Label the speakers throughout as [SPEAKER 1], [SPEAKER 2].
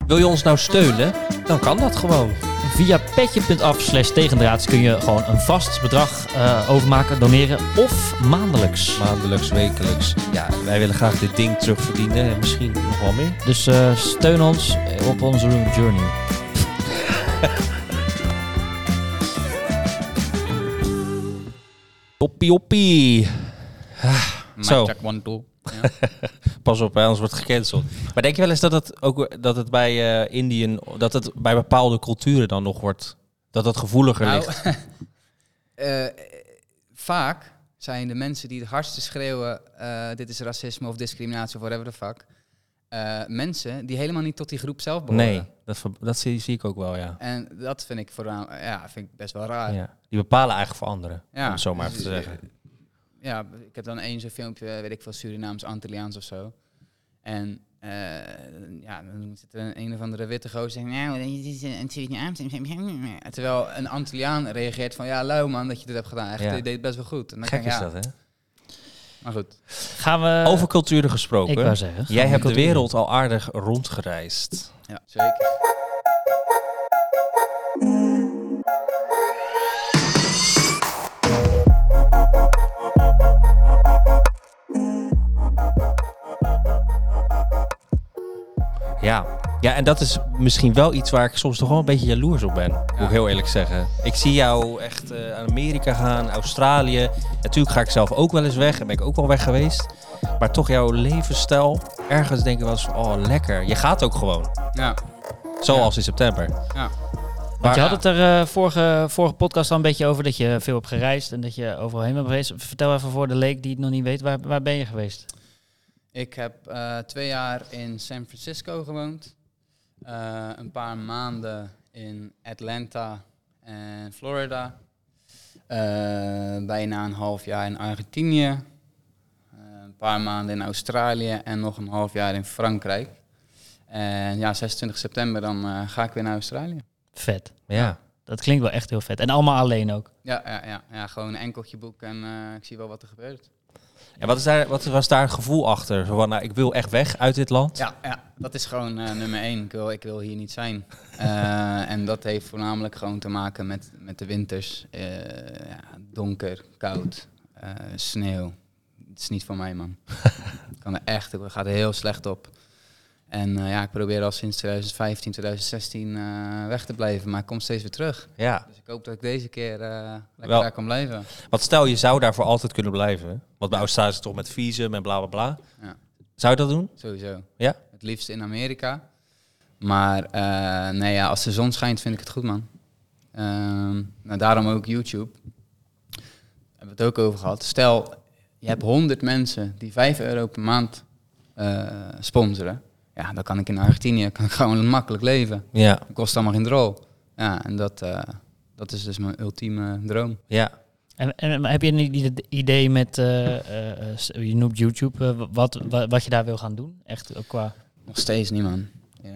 [SPEAKER 1] Wil je ons nou steunen? Dan kan dat gewoon.
[SPEAKER 2] Via petje.af/tegendraads kun je gewoon een vast bedrag overmaken, doneren of maandelijks.
[SPEAKER 1] Maandelijks, wekelijks. Ja, wij willen graag dit ding terugverdienen en misschien nog wel meer.
[SPEAKER 2] Dus steun ons op onze journey.
[SPEAKER 1] Toppie. Zo.
[SPEAKER 3] Check 1, 2. Ja.
[SPEAKER 1] Pas op, anders wordt gecanceld. Maar denk je wel eens dat het bij Indiën, dat het bij bepaalde culturen dan nog wordt, dat het gevoeliger ligt?
[SPEAKER 3] Vaak zijn de mensen die het hardste schreeuwen, dit is racisme of discriminatie of whatever the fuck, mensen die helemaal niet tot die groep zelf behoren.
[SPEAKER 1] Nee, dat zie ik ook wel, ja.
[SPEAKER 3] En dat vind ik vind ik best wel raar.
[SPEAKER 1] Ja. Die bepalen eigenlijk voor anderen, om
[SPEAKER 3] Ja,
[SPEAKER 1] het zo maar
[SPEAKER 3] dus,
[SPEAKER 1] even te zeggen.
[SPEAKER 3] Ja, ik heb dan zo'n filmpje, weet ik veel, Surinaams, Antilliaans of zo. En dan zit er een of andere witte gozer zeggen, nou, dit is een Surinaams. Terwijl een Antilliaan reageert van, ja, lui man, dat je dit hebt gedaan. Echt, je deed het best wel goed. En dan
[SPEAKER 1] Gek is dat, hè?
[SPEAKER 3] Maar goed.
[SPEAKER 2] Gaan we...
[SPEAKER 1] Over culturen gesproken.
[SPEAKER 2] Ik wou zeggen.
[SPEAKER 1] Jij hebt de wereld al aardig rondgereisd.
[SPEAKER 3] Ja, zeker.
[SPEAKER 1] Ja, en dat is misschien wel iets waar ik soms toch wel een beetje jaloers op ben. Moet ik heel eerlijk zeggen. Ik zie jou echt aan Amerika gaan, Australië. Natuurlijk ga ik zelf ook wel eens weg. En ben ik ook wel weg geweest. Maar toch jouw levensstijl. Ergens denk ik wel eens, oh lekker. Je gaat ook gewoon.
[SPEAKER 3] Ja.
[SPEAKER 1] Zoals in september.
[SPEAKER 3] Ja.
[SPEAKER 2] Want je had het er vorige podcast al een beetje over dat je veel hebt gereisd en dat je overal heen bent geweest. Vertel even voor de leek die het nog niet weet, waar ben je geweest?
[SPEAKER 3] Ik heb 2 jaar in San Francisco gewoond. Een paar maanden in Atlanta en Florida. Bijna een half jaar in Argentinië. Een paar maanden in Australië en nog een half jaar in Frankrijk. En ja, 26 september dan ga ik weer naar Australië.
[SPEAKER 2] Vet.
[SPEAKER 1] Ja.
[SPEAKER 2] Dat klinkt wel echt heel vet. En allemaal alleen ook.
[SPEAKER 3] Ja, gewoon een enkeltje boek en ik zie wel wat er gebeurt.
[SPEAKER 1] En wat was daar het gevoel achter? Zo van, nou, ik wil echt weg uit dit land?
[SPEAKER 3] Ja, dat is gewoon nummer 1. Ik wil hier niet zijn. En dat heeft voornamelijk gewoon te maken met de winters. Donker, koud, sneeuw. Het is niet voor mij, man. Het gaat er heel slecht op. En ik probeer al sinds 2015, 2016 weg te blijven, maar ik kom steeds weer terug.
[SPEAKER 1] Ja.
[SPEAKER 3] Dus ik hoop dat ik deze keer lekker daar kan blijven.
[SPEAKER 1] Want stel, je zou daar voor altijd kunnen blijven. Want bij Australië is het toch met visum en bla bla bla.
[SPEAKER 3] Ja.
[SPEAKER 1] Zou je dat doen?
[SPEAKER 3] Sowieso.
[SPEAKER 1] Ja?
[SPEAKER 3] Het liefst in Amerika. Maar als de zon schijnt vind ik het goed, man. Daarom ook YouTube. Daar hebben we het ook over gehad. Stel, je hebt 100 mensen die €5 per maand sponsoren. Ja, dan kan ik in Argentinië gewoon makkelijk leven.
[SPEAKER 1] Ja.
[SPEAKER 3] Dat kost allemaal geen drol. Ja, en dat is dus mijn ultieme droom.
[SPEAKER 1] Ja.
[SPEAKER 2] En heb je een idee met, je noemt YouTube, wat je daar wil gaan doen? Echt ook qua...
[SPEAKER 3] Nog steeds niet, man.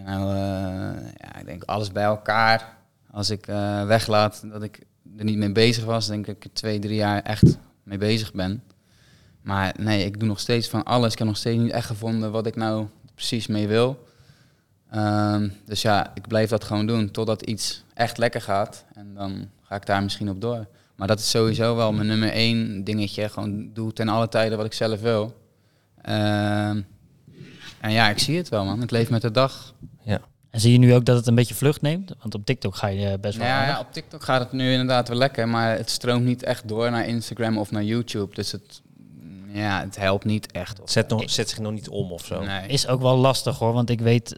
[SPEAKER 3] Ik denk alles bij elkaar. Als ik weglaat dat ik er niet mee bezig was, denk ik 2-3 jaar echt mee bezig ben. Maar nee, ik doe nog steeds van alles. Ik heb nog steeds niet echt gevonden wat ik nou precies mee wil. Dus ja, ik blijf dat gewoon doen totdat iets echt lekker gaat. En dan ga ik daar misschien op door. Maar dat is sowieso wel mijn nummer 1 dingetje. Gewoon doe ten alle tijden wat ik zelf wil. En ja, ik zie het wel, man. Ik leef met de dag.
[SPEAKER 1] Ja.
[SPEAKER 2] En zie je nu ook dat het een beetje vlucht neemt? Want op TikTok ga je best wel aardig.
[SPEAKER 3] Ja, op TikTok gaat het nu inderdaad wel lekker. Maar het stroomt niet echt door naar Instagram of naar YouTube. Dus het helpt niet echt.
[SPEAKER 1] Zet zich nog niet om of zo.
[SPEAKER 3] Nee.
[SPEAKER 2] Is ook wel lastig hoor, want ik weet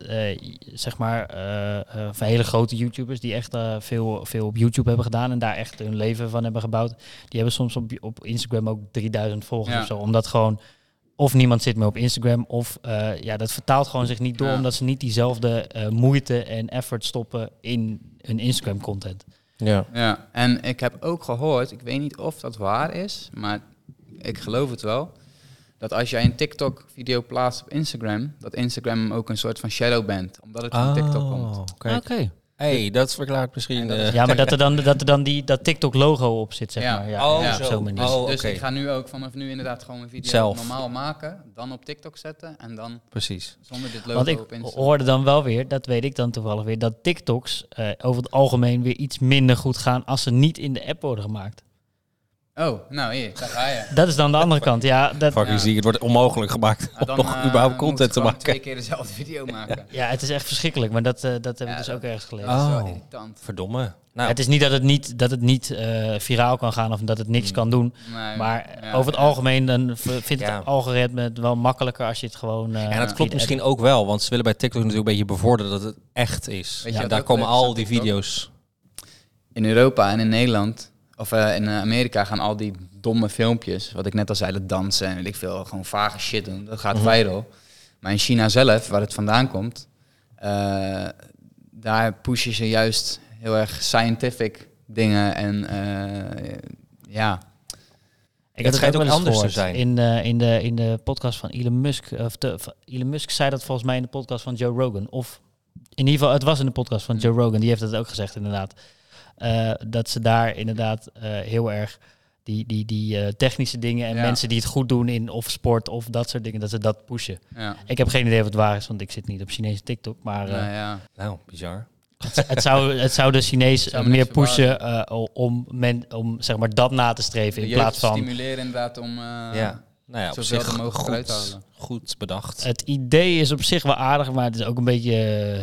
[SPEAKER 2] van hele grote YouTubers die echt veel op YouTube hebben gedaan en daar echt hun leven van hebben gebouwd. Die hebben soms op Instagram ook 3000 volgers of zo, omdat gewoon of niemand zit meer op Instagram of dat vertaalt gewoon zich niet door omdat ze niet diezelfde moeite en effort stoppen in hun Instagram content.
[SPEAKER 3] Ja, en ik heb ook gehoord, ik weet niet of dat waar is, maar ik geloof het wel, dat als jij een TikTok-video plaatst op Instagram, dat Instagram hem ook een soort van shadowband, omdat het van TikTok komt.
[SPEAKER 1] Kijk.
[SPEAKER 2] Oké.
[SPEAKER 1] Dat verklaart misschien...
[SPEAKER 2] Ja, maar dat er dan dat TikTok-logo op zit, zeg maar. Ja,
[SPEAKER 1] Oh,
[SPEAKER 2] ja,
[SPEAKER 1] zo.
[SPEAKER 2] op zo'n manier.
[SPEAKER 1] Oh,
[SPEAKER 3] Dus
[SPEAKER 1] oké.
[SPEAKER 3] ik ga nu ook vanaf nu inderdaad gewoon een video
[SPEAKER 1] Zelf.
[SPEAKER 3] normaal maken, dan op TikTok zetten en dan
[SPEAKER 1] Precies.
[SPEAKER 3] zonder dit logo
[SPEAKER 2] Want ik
[SPEAKER 3] op Insta.
[SPEAKER 2] hoorde dan wel weer, dat weet ik dan toevallig weer, dat TikToks over het algemeen weer iets minder goed gaan als ze niet in de app worden gemaakt.
[SPEAKER 3] Oh, nou hier, daar ga je.
[SPEAKER 2] Dat is dan de andere kant. Ja,
[SPEAKER 1] Fucking ziek. Het wordt onmogelijk gemaakt om nog überhaupt content te maken.
[SPEAKER 3] 2 keer dezelfde video maken.
[SPEAKER 2] ja, het is echt verschrikkelijk, maar dat heb ik dus ook ergens gelezen.
[SPEAKER 3] Dat is
[SPEAKER 1] Oh.
[SPEAKER 3] wel irritant.
[SPEAKER 1] Verdomme. Nou,
[SPEAKER 2] Het is niet dat het niet viraal kan gaan of dat het niks kan doen.
[SPEAKER 3] Nee,
[SPEAKER 2] Maar
[SPEAKER 3] ja,
[SPEAKER 2] over het algemeen dan vindt
[SPEAKER 1] Ja.
[SPEAKER 2] het algoritme het wel makkelijker als je het gewoon...
[SPEAKER 1] en dat
[SPEAKER 2] via
[SPEAKER 1] klopt
[SPEAKER 2] de
[SPEAKER 1] misschien
[SPEAKER 2] app-
[SPEAKER 1] ook wel, want ze willen bij TikTok natuurlijk een beetje bevorderen dat het echt is.
[SPEAKER 3] Weet je
[SPEAKER 1] En
[SPEAKER 3] wat
[SPEAKER 1] daar
[SPEAKER 3] ook
[SPEAKER 1] komen
[SPEAKER 3] leuk is
[SPEAKER 1] al
[SPEAKER 3] aan
[SPEAKER 1] die
[SPEAKER 3] TikTok?
[SPEAKER 1] video's.
[SPEAKER 3] In Europa en in Nederland, of in Amerika gaan al die domme filmpjes, wat ik net al zei, dat dansen en weet ik veel, gewoon vage shit doen, dat gaat viral. Maar in China zelf, waar het vandaan komt, daar pushen ze juist heel erg scientific dingen en ja.
[SPEAKER 2] Ik heb het
[SPEAKER 1] schijnt
[SPEAKER 2] ook
[SPEAKER 1] ook
[SPEAKER 2] wel eens
[SPEAKER 1] anders te
[SPEAKER 2] gehoord
[SPEAKER 1] zijn.
[SPEAKER 2] in de podcast van Elon Musk. Elon Musk zei dat volgens mij in de podcast van Joe Rogan. Of in ieder geval, het was in de podcast van Joe Rogan. Die heeft het ook gezegd inderdaad. Dat ze daar inderdaad heel erg die technische dingen en
[SPEAKER 3] Ja.
[SPEAKER 2] mensen die het goed doen in of sport of dat soort dingen, dat ze dat pushen.
[SPEAKER 3] Ja.
[SPEAKER 2] Ik heb geen idee of het waar is, want ik zit niet op Chinese TikTok. Maar
[SPEAKER 3] Nou ja.
[SPEAKER 1] Nou, bizar.
[SPEAKER 2] het zou de Chinees
[SPEAKER 3] Zou me
[SPEAKER 2] meer
[SPEAKER 3] niks
[SPEAKER 2] pushen om zeg maar dat na te streven
[SPEAKER 3] De
[SPEAKER 2] in
[SPEAKER 3] jeugd
[SPEAKER 2] plaats van...
[SPEAKER 3] stimuleren inderdaad om
[SPEAKER 1] Ja. Nou ja, op
[SPEAKER 3] zoveel
[SPEAKER 1] zich
[SPEAKER 3] mogelijk eruit te
[SPEAKER 1] goed,
[SPEAKER 3] halen.
[SPEAKER 1] goed bedacht.
[SPEAKER 2] Het idee is op zich wel aardig, maar het is ook een beetje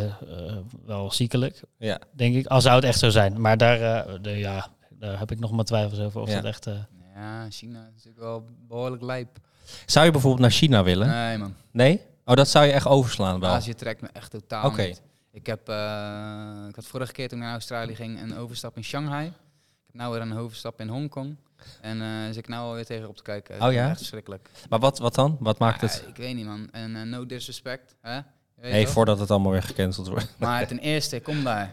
[SPEAKER 2] wel ziekelijk,
[SPEAKER 1] Ja.
[SPEAKER 2] denk ik. Al zou het echt zo zijn. Maar daar heb ik nog maar twijfels over of
[SPEAKER 1] Ja.
[SPEAKER 2] dat echt...
[SPEAKER 3] Ja, China is natuurlijk wel behoorlijk lijp.
[SPEAKER 1] Zou je bijvoorbeeld naar China willen?
[SPEAKER 3] Nee man,
[SPEAKER 1] Nee? Oh, dat zou je echt overslaan wel.
[SPEAKER 3] Azië trekt me echt totaal
[SPEAKER 1] Oké.
[SPEAKER 3] niet. Ik had vorige keer toen ik naar Australië ging een overstap in Shanghai. Ik heb nou weer een overstap in Hongkong. En zit ik nou alweer tegen op te kijken.
[SPEAKER 1] Oh ja?
[SPEAKER 3] Echt verschrikkelijk.
[SPEAKER 1] Maar wat dan? Wat maakt het?
[SPEAKER 3] Ik weet niet man. En no disrespect. Hè? Je weet
[SPEAKER 1] Nee,
[SPEAKER 3] toch?
[SPEAKER 1] voordat het allemaal weer gecanceld wordt.
[SPEAKER 3] Maar ten eerste, ik kom daar.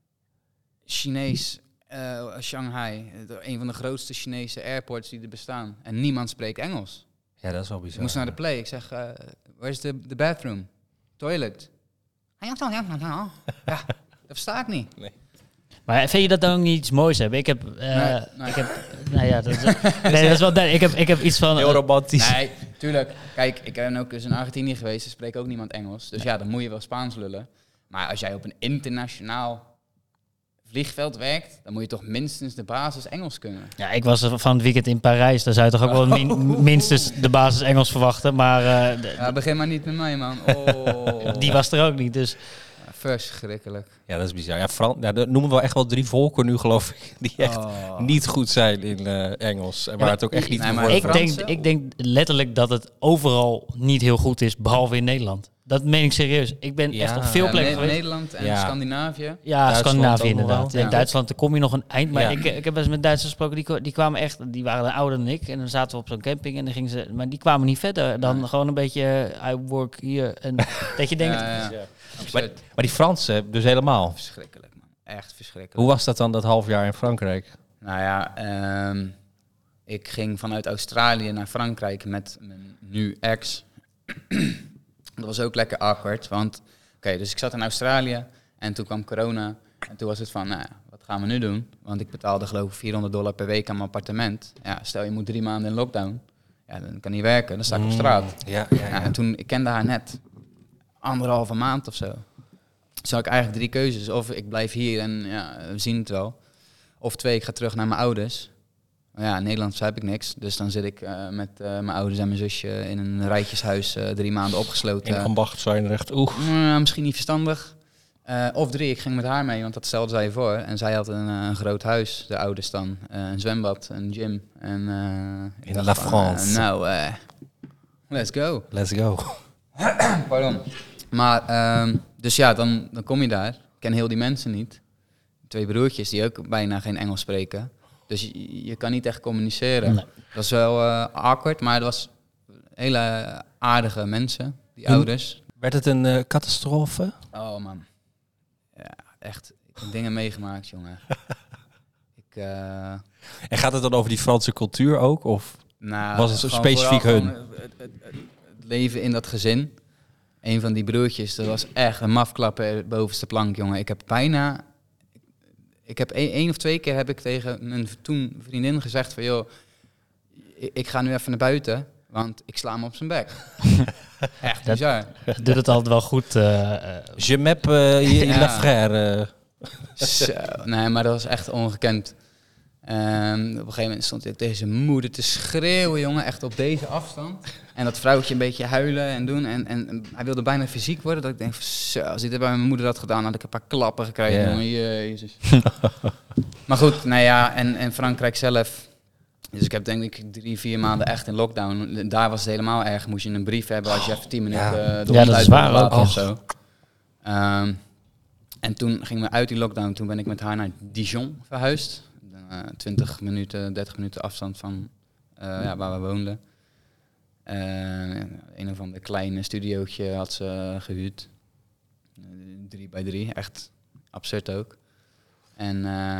[SPEAKER 3] Chinees, Shanghai. Een van de grootste Chinese airports die er bestaan. En niemand spreekt Engels.
[SPEAKER 1] Ja, dat is wel
[SPEAKER 3] Ik
[SPEAKER 1] bizar.
[SPEAKER 3] moest naar de play. Ik zeg, where's the bathroom? Toilet. Ja, dat versta ik niet.
[SPEAKER 2] Maar vind je dat dan ook niet iets moois hebben? Ik heb...
[SPEAKER 3] Nee.
[SPEAKER 2] Ik heb nou ja, dat is, nee, dat is wel... Ik heb iets van...
[SPEAKER 1] Heel romantisch.
[SPEAKER 3] Nee, tuurlijk. Kijk, ik ben ook eens in Argentinië geweest. Er spreekt ook niemand Engels. Dus ja, dan moet je wel Spaans lullen. Maar als jij op een internationaal vliegveld werkt, dan moet je toch minstens de basis Engels kunnen.
[SPEAKER 2] Ja, ik was van het weekend in Parijs. Daar zou je toch ook wel minstens de basis Engels verwachten. Maar
[SPEAKER 3] Ja, begin maar niet met mij, man. Oh.
[SPEAKER 2] die was er ook niet. Dus
[SPEAKER 3] Ja, verschrikkelijk.
[SPEAKER 1] Ja, dat is bizar. Ja, dat noemen we wel echt wel 3 volken nu, geloof ik, die echt
[SPEAKER 3] Oh.
[SPEAKER 1] niet goed zijn in Engels. En waar
[SPEAKER 2] maar-
[SPEAKER 1] het ook echt niet
[SPEAKER 3] Nee,
[SPEAKER 1] voor
[SPEAKER 3] maar
[SPEAKER 1] wordt.
[SPEAKER 3] Fransen?
[SPEAKER 2] ik denk letterlijk dat het overal niet heel goed is, behalve in Nederland. Dat meen ik serieus. Ik ben
[SPEAKER 1] Ja.
[SPEAKER 2] echt op veel
[SPEAKER 3] Ja,
[SPEAKER 2] plekken geweest.
[SPEAKER 3] Nederland en
[SPEAKER 1] Ja.
[SPEAKER 3] Scandinavië.
[SPEAKER 2] Ja,
[SPEAKER 1] Duitsland
[SPEAKER 2] Scandinavië
[SPEAKER 1] ook nog
[SPEAKER 2] inderdaad.
[SPEAKER 1] wel.
[SPEAKER 2] In
[SPEAKER 3] Ja.
[SPEAKER 2] Duitsland dan kom je nog een eind. Maar
[SPEAKER 1] Ja.
[SPEAKER 2] ik heb wel eens met Duitsers gesproken, die kwamen echt, die waren ouder dan ik. En dan zaten we op zo'n camping en dan gingen ze, maar die kwamen niet verder dan
[SPEAKER 3] Nee.
[SPEAKER 2] gewoon een beetje, I work hier. En dat je denkt,
[SPEAKER 3] Ja.
[SPEAKER 1] Maar,
[SPEAKER 3] Absurd.
[SPEAKER 1] maar die Fransen dus helemaal.
[SPEAKER 3] Verschrikkelijk, man. Echt verschrikkelijk.
[SPEAKER 1] Hoe was dat dan, dat half jaar in Frankrijk?
[SPEAKER 3] Nou ja, ik ging vanuit Australië naar Frankrijk met mijn nu ex. Dat was ook lekker awkward, want dus ik zat in Australië en toen kwam corona. En toen was het van, nou ja, wat gaan we nu doen? Want ik betaalde geloof ik $400 per week aan mijn appartement. Ja, stel je moet 3 maanden in lockdown. Ja, dan kan niet werken, dan sta ik op straat.
[SPEAKER 1] Ja,
[SPEAKER 3] Ja, en toen, ik kende haar net 1,5 maand of zo. Dus had ik eigenlijk 3 keuzes. Of ik blijf hier en ja, we zien het wel. Of 2, ik ga terug naar mijn ouders. Maar ja, in Nederland heb ik niks. Dus dan zit ik met mijn ouders en mijn zusje in een rijtjeshuis 3 maanden opgesloten.
[SPEAKER 1] In ambacht zijn recht.
[SPEAKER 3] Misschien niet verstandig. Of 3, ik ging met haar mee, want dat stelde zij voor. En zij had een groot huis, de ouders dan. Een zwembad, een gym. En, ik
[SPEAKER 1] In
[SPEAKER 3] dacht
[SPEAKER 1] La
[SPEAKER 3] van,
[SPEAKER 1] France.
[SPEAKER 3] Let's go.
[SPEAKER 1] Let's go.
[SPEAKER 3] Pardon. Maar, dus ja, dan kom je daar. Ik ken heel die mensen niet. 2 broertjes die ook bijna geen Engels spreken. Dus je kan niet echt communiceren.
[SPEAKER 2] Nee.
[SPEAKER 3] Dat is wel awkward, maar het was hele aardige mensen, die
[SPEAKER 1] Hm.
[SPEAKER 3] ouders.
[SPEAKER 1] Werd het een catastrofe?
[SPEAKER 3] Oh man. Ja, echt. Ik heb dingen meegemaakt, jongen.
[SPEAKER 1] En gaat het dan over die Franse cultuur ook? Of?
[SPEAKER 3] Nou,
[SPEAKER 1] Was het zo
[SPEAKER 3] gewoon
[SPEAKER 1] specifiek
[SPEAKER 3] vooral
[SPEAKER 1] hun?
[SPEAKER 3] gewoon het leven in dat gezin. Een van die broertjes, dat was echt een mafklapper bovenste plank, jongen. Ik heb bijna ik heb 1 of 2 keer heb ik tegen mijn toen vriendin gezegd van, joh, ik ga nu even naar buiten, want ik sla hem op zijn bek. Echt bizar.
[SPEAKER 2] Doet het altijd wel goed.
[SPEAKER 1] Je mep je la frère.
[SPEAKER 3] Zo, nee, maar dat was echt ongekend. Op een gegeven moment stond ik tegen zijn moeder te schreeuwen, jongen, echt op deze afstand. En dat vrouwtje een beetje huilen en doen. En hij wilde bijna fysiek worden. Dat ik denk, zo, als ik dit bij mijn moeder had gedaan, had ik een paar klappen gekregen.
[SPEAKER 1] Ja.
[SPEAKER 3] Jongen, jezus. Maar goed, nou ja, en Frankrijk zelf. Dus ik heb denk ik 3-4 maanden echt in lockdown. Daar was het helemaal erg. Moest je een brief hebben als je even 10 minuten
[SPEAKER 2] Ja, dat is waar ook.
[SPEAKER 3] of zo. En toen gingen we uit die lockdown. Toen ben ik met haar naar Dijon verhuisd. 20 minuten, 30 minuten afstand van waar we woonden. Een of ander kleine studiootje had ze gehuurd. 3x3, echt absurd ook. En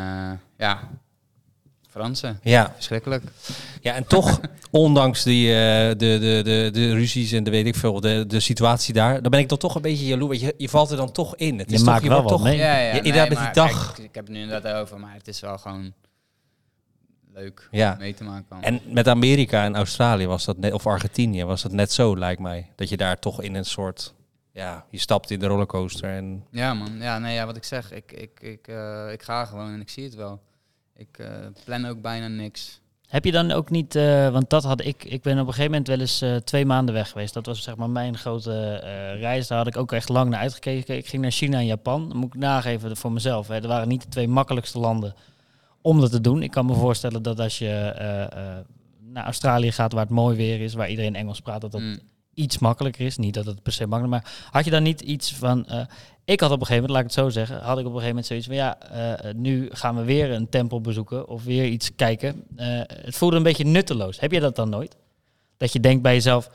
[SPEAKER 3] Fransen.
[SPEAKER 1] Ja.
[SPEAKER 3] Verschrikkelijk.
[SPEAKER 1] Ja, en toch, ondanks die, de ruzies en de weet ik veel, de situatie daar, dan ben ik dan toch een beetje jaloers. Je valt er dan toch in. Het
[SPEAKER 2] Je
[SPEAKER 1] is
[SPEAKER 2] maakt
[SPEAKER 1] toch,
[SPEAKER 2] wel
[SPEAKER 1] wordt
[SPEAKER 2] wat
[SPEAKER 1] toch,
[SPEAKER 2] mee.
[SPEAKER 3] Ja,
[SPEAKER 1] inderdaad met die dag.
[SPEAKER 3] Kijk, ik heb het nu inderdaad over, maar het is wel gewoon leuk
[SPEAKER 1] Ja.
[SPEAKER 3] om mee te maken.
[SPEAKER 1] En met Amerika en Australië was dat net, of Argentinië was dat net zo, lijkt mij. Dat je daar toch in een soort, je stapt in de rollercoaster en...
[SPEAKER 3] Ja man, wat ik zeg, ik ga gewoon en ik zie het wel. Ik plan ook bijna niks.
[SPEAKER 2] Heb je dan ook niet, want dat had ik ben op een gegeven moment wel eens 2 maanden weg geweest. Dat was zeg maar mijn grote reis. Daar had ik ook echt lang naar uitgekeken. Ik ging naar China en Japan. Dat moet ik nageven voor mezelf. Hè. Er waren niet de 2 makkelijkste landen om dat te doen. Ik kan me voorstellen dat als je naar Australië gaat, waar het mooi weer is, waar iedereen Engels praat, dat iets makkelijker is. Niet dat het per se makkelijk is, maar had je dan niet iets van... ik had op een gegeven moment, laat ik het zo zeggen, had ik op een gegeven moment zoiets van, nu gaan we weer een tempel bezoeken of weer iets kijken. Het voelde een beetje nutteloos. Heb je dat dan nooit? Dat je denkt bij jezelf,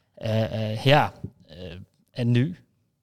[SPEAKER 2] en nu?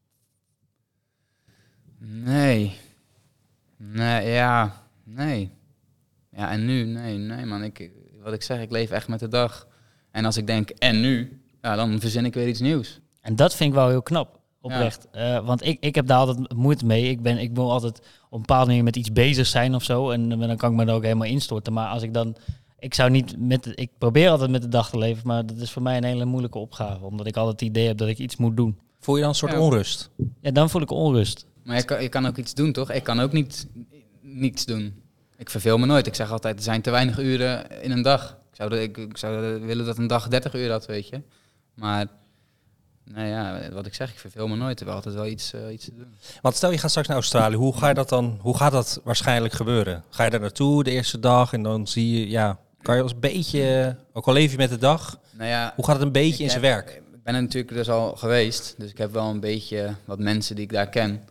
[SPEAKER 3] Nee. Ja, en nu? Nee man, wat ik zeg, ik leef echt met de dag. En als ik denk, en nu? Ja, dan verzin ik weer iets nieuws.
[SPEAKER 2] En dat vind ik wel heel knap, oprecht. Ja. Want ik heb daar altijd moeite mee. Ik wil altijd op een bepaalde manier met iets bezig zijn of zo. En dan kan ik me er ook helemaal instorten. Maar als ik dan... Ik probeer altijd met de dag te leven, maar dat is voor mij een hele moeilijke opgave. Omdat ik altijd het idee heb dat ik iets moet doen.
[SPEAKER 1] Voel je dan een soort onrust?
[SPEAKER 2] Ja, dan voel ik onrust.
[SPEAKER 3] Maar je kan ook iets doen, toch? Ik kan ook niets doen. Ik verveel me nooit. Ik zeg altijd, er zijn te weinig uren in een dag. Ik zou willen dat een dag 30 uur had, weet je. Maar, wat ik zeg, ik verveel me nooit. Ik heb altijd wel iets te doen.
[SPEAKER 1] Want stel je gaat straks naar Australië, hoe gaat dat waarschijnlijk gebeuren? Ga je daar naartoe de eerste dag en dan zie je, kan je als een beetje, ook al leef je met de dag, hoe gaat het een beetje in zijn werk?
[SPEAKER 3] Ik ben er natuurlijk dus al geweest, dus ik heb wel een beetje wat mensen die ik daar ken.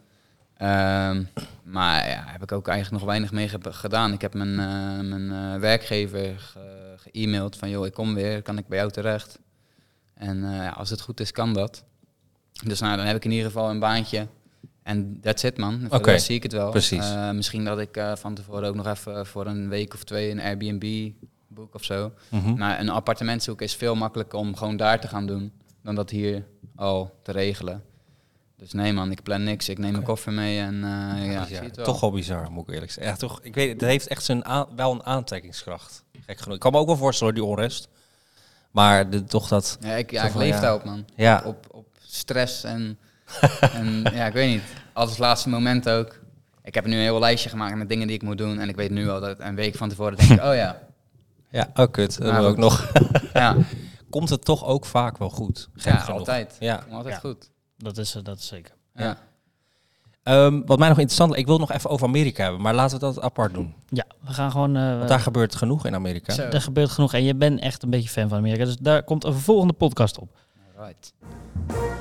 [SPEAKER 3] Maar heb ik ook eigenlijk nog weinig mee gedaan. Ik heb mijn werkgever ge-e-maild van, joh, ik kom weer, kan ik bij jou terecht? En als het goed is, kan dat. Dus dan heb ik in ieder geval een baantje. En that's it, man. Voor zie ik het wel.
[SPEAKER 1] Precies.
[SPEAKER 3] Misschien dat ik van tevoren ook nog even voor een week of 2 een Airbnb boek of zo.
[SPEAKER 1] Mm-hmm.
[SPEAKER 3] Maar een appartement zoeken is veel makkelijker om gewoon daar te gaan doen dan dat hier al te regelen. Dus nee man, ik plan niks. Ik neem mijn koffer mee en zie het wel.
[SPEAKER 1] Toch wel bizar, moet ik eerlijk zeggen. Ja, toch, ik weet, het heeft echt wel een aantrekkingskracht. Gek genoeg. Ik kan me ook wel voorstellen, die onrust. Maar toch dat...
[SPEAKER 3] Ja, ik leef daarop, man.
[SPEAKER 1] Ja.
[SPEAKER 3] Op stress en ik weet niet. Altijd het laatste moment ook. Ik heb nu een heel lijstje gemaakt met dingen die ik moet doen. En ik weet nu al dat een week van tevoren denk ik,
[SPEAKER 1] Ja, kut. Dat hebben we ook nog.
[SPEAKER 3] Ja.
[SPEAKER 1] Komt het toch ook vaak wel goed? Gek genoeg.
[SPEAKER 3] Altijd.
[SPEAKER 1] Ja,
[SPEAKER 3] altijd goed.
[SPEAKER 2] Dat is zeker.
[SPEAKER 3] Ja.
[SPEAKER 1] Wat mij nog interessant... Ik wil nog even over Amerika hebben, maar laten we dat apart doen.
[SPEAKER 2] Ja, we gaan gewoon...
[SPEAKER 1] Want daar gebeurt genoeg in Amerika.
[SPEAKER 3] Zo.
[SPEAKER 2] Er gebeurt genoeg en je bent echt een beetje fan van Amerika. Dus daar komt een volgende podcast op.
[SPEAKER 3] Right.